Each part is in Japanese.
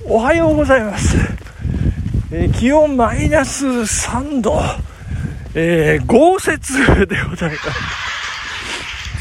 おはようございます。気温マイナス3度、豪雪でございます。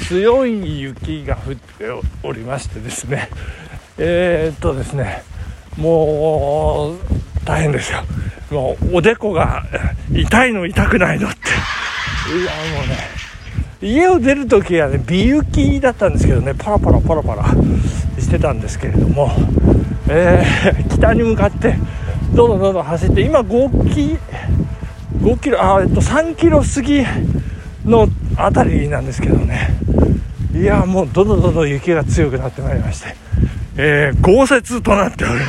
強い雪が降っておりましてですね、ですね、もう大変ですよ。もうおでこが痛いの痛くないのって、いやもうね、家を出るときはね、微雪だったんですけどね、パラパラしてたんですけれども、北に向かってどんどん走って、今5キロ3キロ過ぎのあたりなんですけどね、いやもうどんどん雪が強くなってまいりまして、豪雪となっております。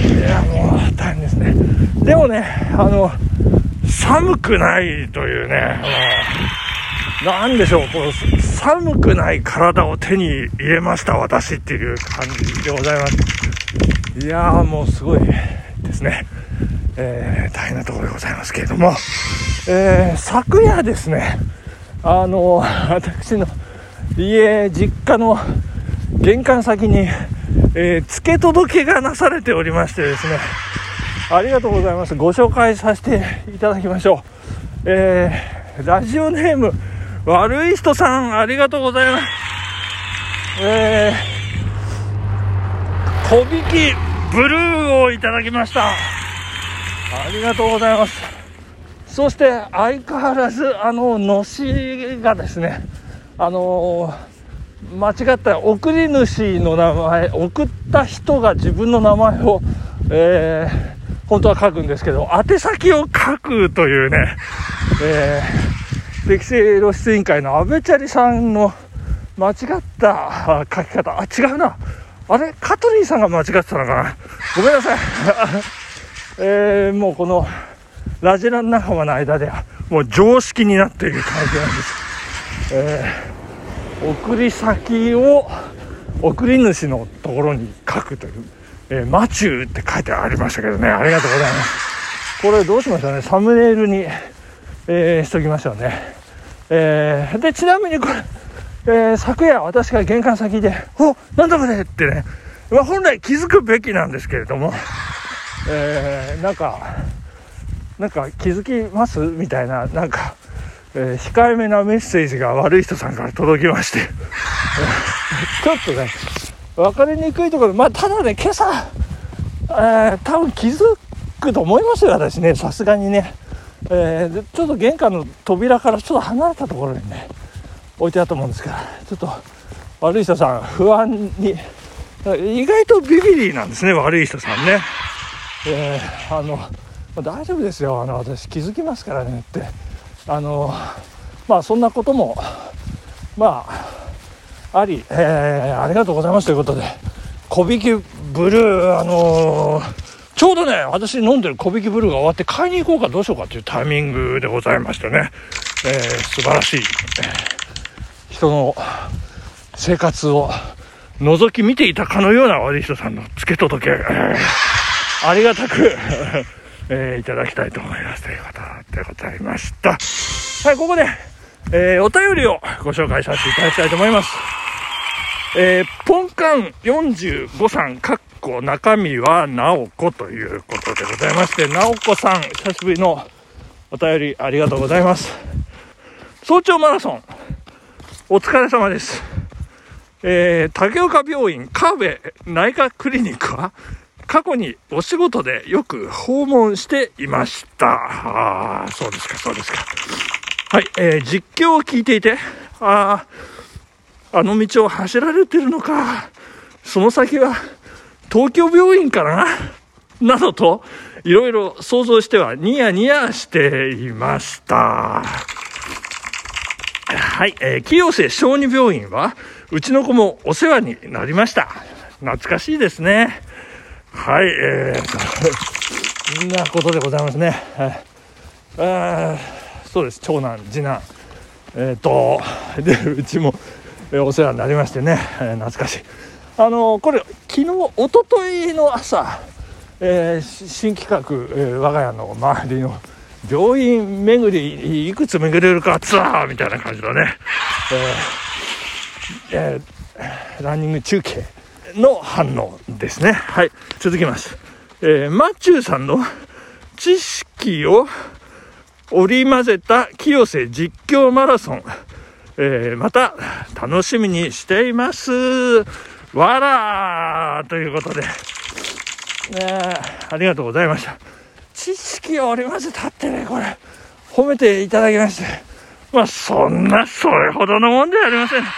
いやもう大変ですね。でもね、寒くないというね、なんでしょう、こう寒くない体を手に入れました私っていう感じでございます。いやーもうすごいですね、大変なところでございますけれども、昨夜ですね、私の実家の玄関先に、付け届けがなされておりましてですね、ありがとうございます。ご紹介させていただきましょう。ラジオネーム悪い人さん、ありがとうございます。小引きブルーをいただきました。ありがとうございます。そして相変わらずのしがですね、間違った送り主の名前、送った人が自分の名前を、本当は書くんですけど、宛先を書くというね、歴史露出委員会の安倍チャリさんの間違った書き方、違うな、あれ香取さんが間違ってたのかな、ごめんなさい。もうこのラジラン仲間の間ではもう常識になっている感じなんです。送り先を送り主のところに書くという、マチューって書いてありましたけどね、ありがとうございます。これどうしましょうね、サムネイルに、しときましょうね。でちなみにこれ、昨夜私が玄関先でなんだこれってね、本来気づくべきなんですけれども、なんか気づきますみたいな、控えめなメッセージが悪い人さんから届きましてちょっとね分かりにくいところで、ただね今朝、多分気づくと思いますよ私ね、さすがにね、ちょっと玄関の扉からちょっと離れたところにね置いてあったもんですから、ちょっと悪い人さん不安に、意外とビビリなんですね悪い人さんね。大丈夫ですよ、私気づきますからねって、そんなこともあり、ありがとうございますということで、小引きブルー、ちょうどね私飲んでる小引きブルーが終わって買いに行こうかどうしようかというタイミングでございましてね、素晴らしい、人の生活を覗き見ていたかのような悪い人さんの付け届け、ありがたくいただきたいと思いますということでございました。はい、ここで、お便りをご紹介させていただきたいと思います。ポンカン45さん中身はなおこということでございまして、なおこさん久しぶりのお便りありがとうございます。早朝マラソンお疲れ様です。竹岡病院川辺内科クリニックは過去にお仕事でよく訪問していました。そうですか。はい、実況を聞いていて、あの道を走られてるのか、その先は東京病院かなどといろいろ想像してはニヤニヤしていました。はい、清瀬小児病院はうちの子もお世話になりました。懐かしいですね。はい、そんなことでございますね。そうです、長男次男でうちも、お世話になりましてね、懐かしい。これ昨日一昨日の朝、新企画、我が家の周りの病院巡りいくつ巡れるかツアーみたいな感じのね、ランニング中継の反応ですね。はい、続きます。マチューさんの知識を織り交ぜた清瀬実況マラソン、また楽しみにしています。わらーということで、ありがとうございました。知識を織り交ぜたってね、これ褒めていただきまして、それほどのもんではありません。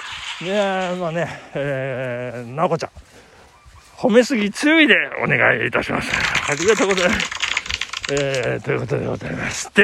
なおこちゃん、褒めすぎ注意でお願いいたします。ありがとうございます。ということでございまして、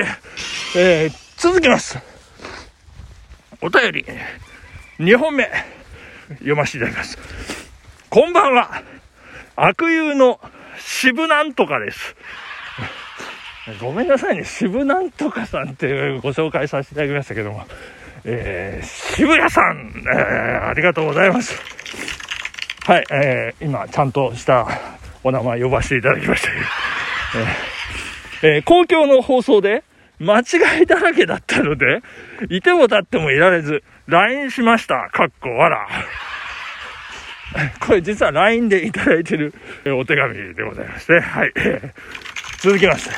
続きます。お便り2本目読ませていただきます。こんばんは、悪友の渋なんとかです。ごめんなさいね、渋なんとかさんってご紹介させていただきましたけども、渋谷さん、ありがとうございます。はい、今ちゃんとしたお名前呼ばせていただきましたけど、公共の放送で間違いだらけだったので、いても立ってもいられず LINE しました。かっこわら。これ実は LINE でいただいているお手紙でございまして、はい、続きまして、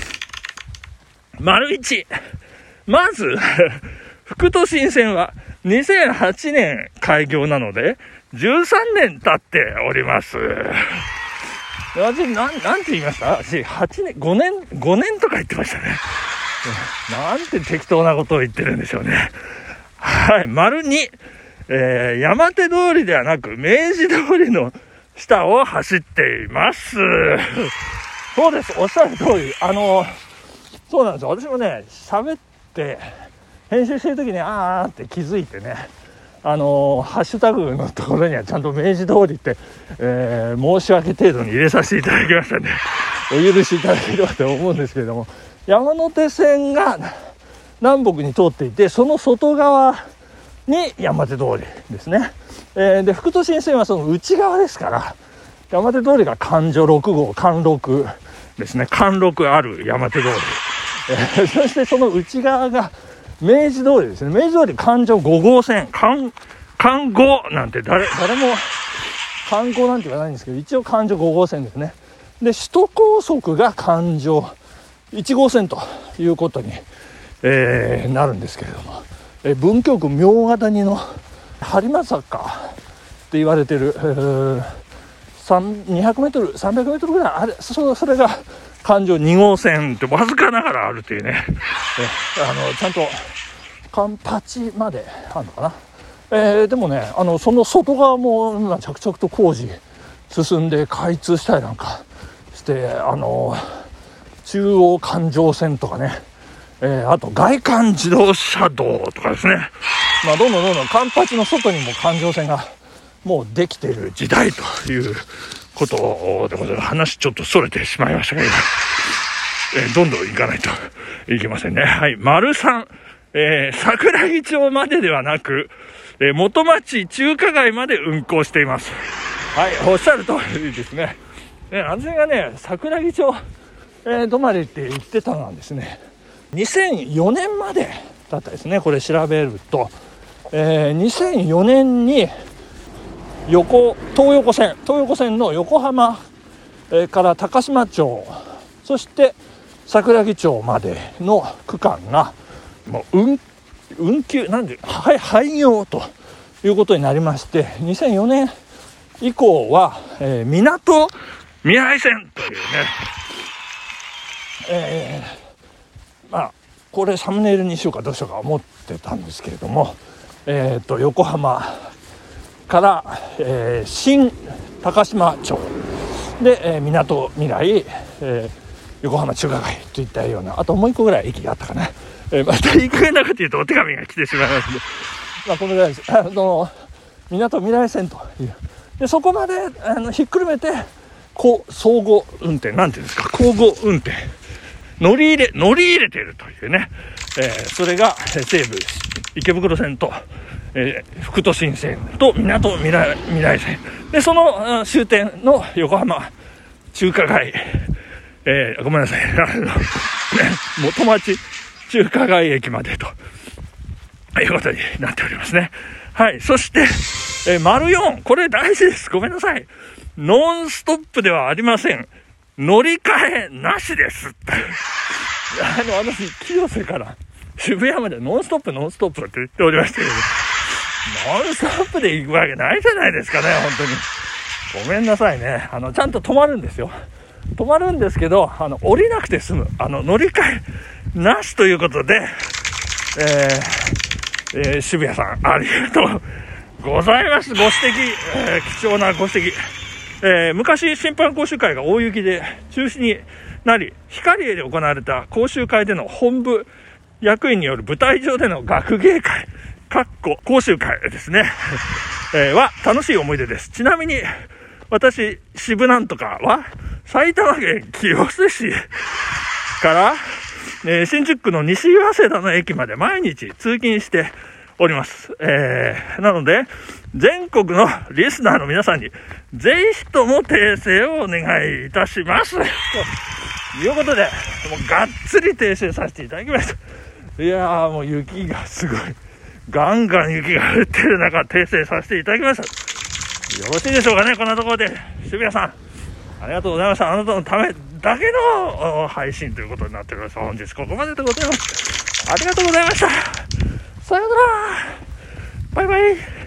丸1、まず副都心線は2008年開業なので13年経っております。私なんて言いました？私8年5年とか言ってましたね。なんて適当なことを言ってるんでしょうね。はい、丸2、山手通りではなく明治通りの下を走っています。そうです、おっしゃる通り、そうなんですよ。私もね、喋って編集してる時にあーって気づいてね、ハッシュタグのところにはちゃんと明治通りって、申し訳程度に入れさせていただきましたね。お許しいただければと思うんですけれども、山手線が南北に通っていて、その外側に山手通りですね。で副都心線はその内側ですから、山手通りが環状6号、環6ですね。環6ある山手通り、そしてその内側が明治通りですね。明治通り環状5号線、環5なんて誰も環5なんて言わないんですけど、一応環状5号線ですね。で首都高速が環状1号線ということに、なるんですけれども、文京区明ヶ谷の播磨坂って言われてる、200メートル300メートルぐらいあれ、それが環状2号線ってわずかながらあるというね、ちゃんとカンパチまであるのかな。でもね、その外側も今着々と工事進んで開通したりなんかして、中央環状線とかね、あと外環自動車道とかですね、どんどんカンパチの外にも環状線がもうできている時代ということでございます。話ちょっとそれてしまいましたけど、どんどん行かないといけませんね。はい、丸3、桜木町までではなく、元町中華街まで運行しています。はい、おっしゃる通りですね。安全がね、桜木町、止まりって言ってたのはですね、2004年までだったですね。これ調べると、2004年に東横線の横浜、から高島町、そして桜木町までの区間がもう運休廃業ということになりまして、2004年以降は、みなとみらい線というね、これサムネイルにしようかどうしようか思ってたんですけれども、横浜から、新高島町で、みなとみらい、横浜中華街といったような、あともう一個ぐらい駅があったかな。またいい加減なこと言うとお手紙が来てしまいますので、このぐらいです。みなとみらい線というで、そこまでひっくるめて相互運転なんていうんですか、交互運転乗り入れているというね、それが西武池袋線と、副都心線とみなとみらい線で、その終点の横浜中華街、ごめんなさい、元町中華街駅までということになっておりますね。 はい。そして、丸4。これ大事です。ごめんなさい。ノンストップではありません。乗り換えなしです。私、清瀬から渋谷までノンストップって言っておりましたけど、ノンストップで行くわけないじゃないですかね、本当に。ごめんなさいね。ちゃんと止まるんですよ。止まるんですけど、降りなくて済む。乗り換えなしということで、渋谷さん、ありがとうございます。ご指摘、貴重なご指摘。昔、審判講習会が大雪で中止になり、光栄で行われた講習会での本部役員による舞台上での学芸会、講習会ですね、は楽しい思い出です。ちなみに、私、渋なんとかは、埼玉県清瀬市から、新宿区の西早稲田の駅まで毎日通勤しております。なので、全国のリスナーの皆さんに、ぜひとも訂正をお願いいたします。ということで、もうがっつり訂正させていただきました。いやー、もう雪がすごい。ガンガン雪が降ってる中、訂正させていただきました。よろしいでしょうかね、こんなところで。渋谷さん、ありがとうございました。あなたのためだけの配信ということになっております。本日ここまででございます。ありがとうございました。さようなら。バイバイ。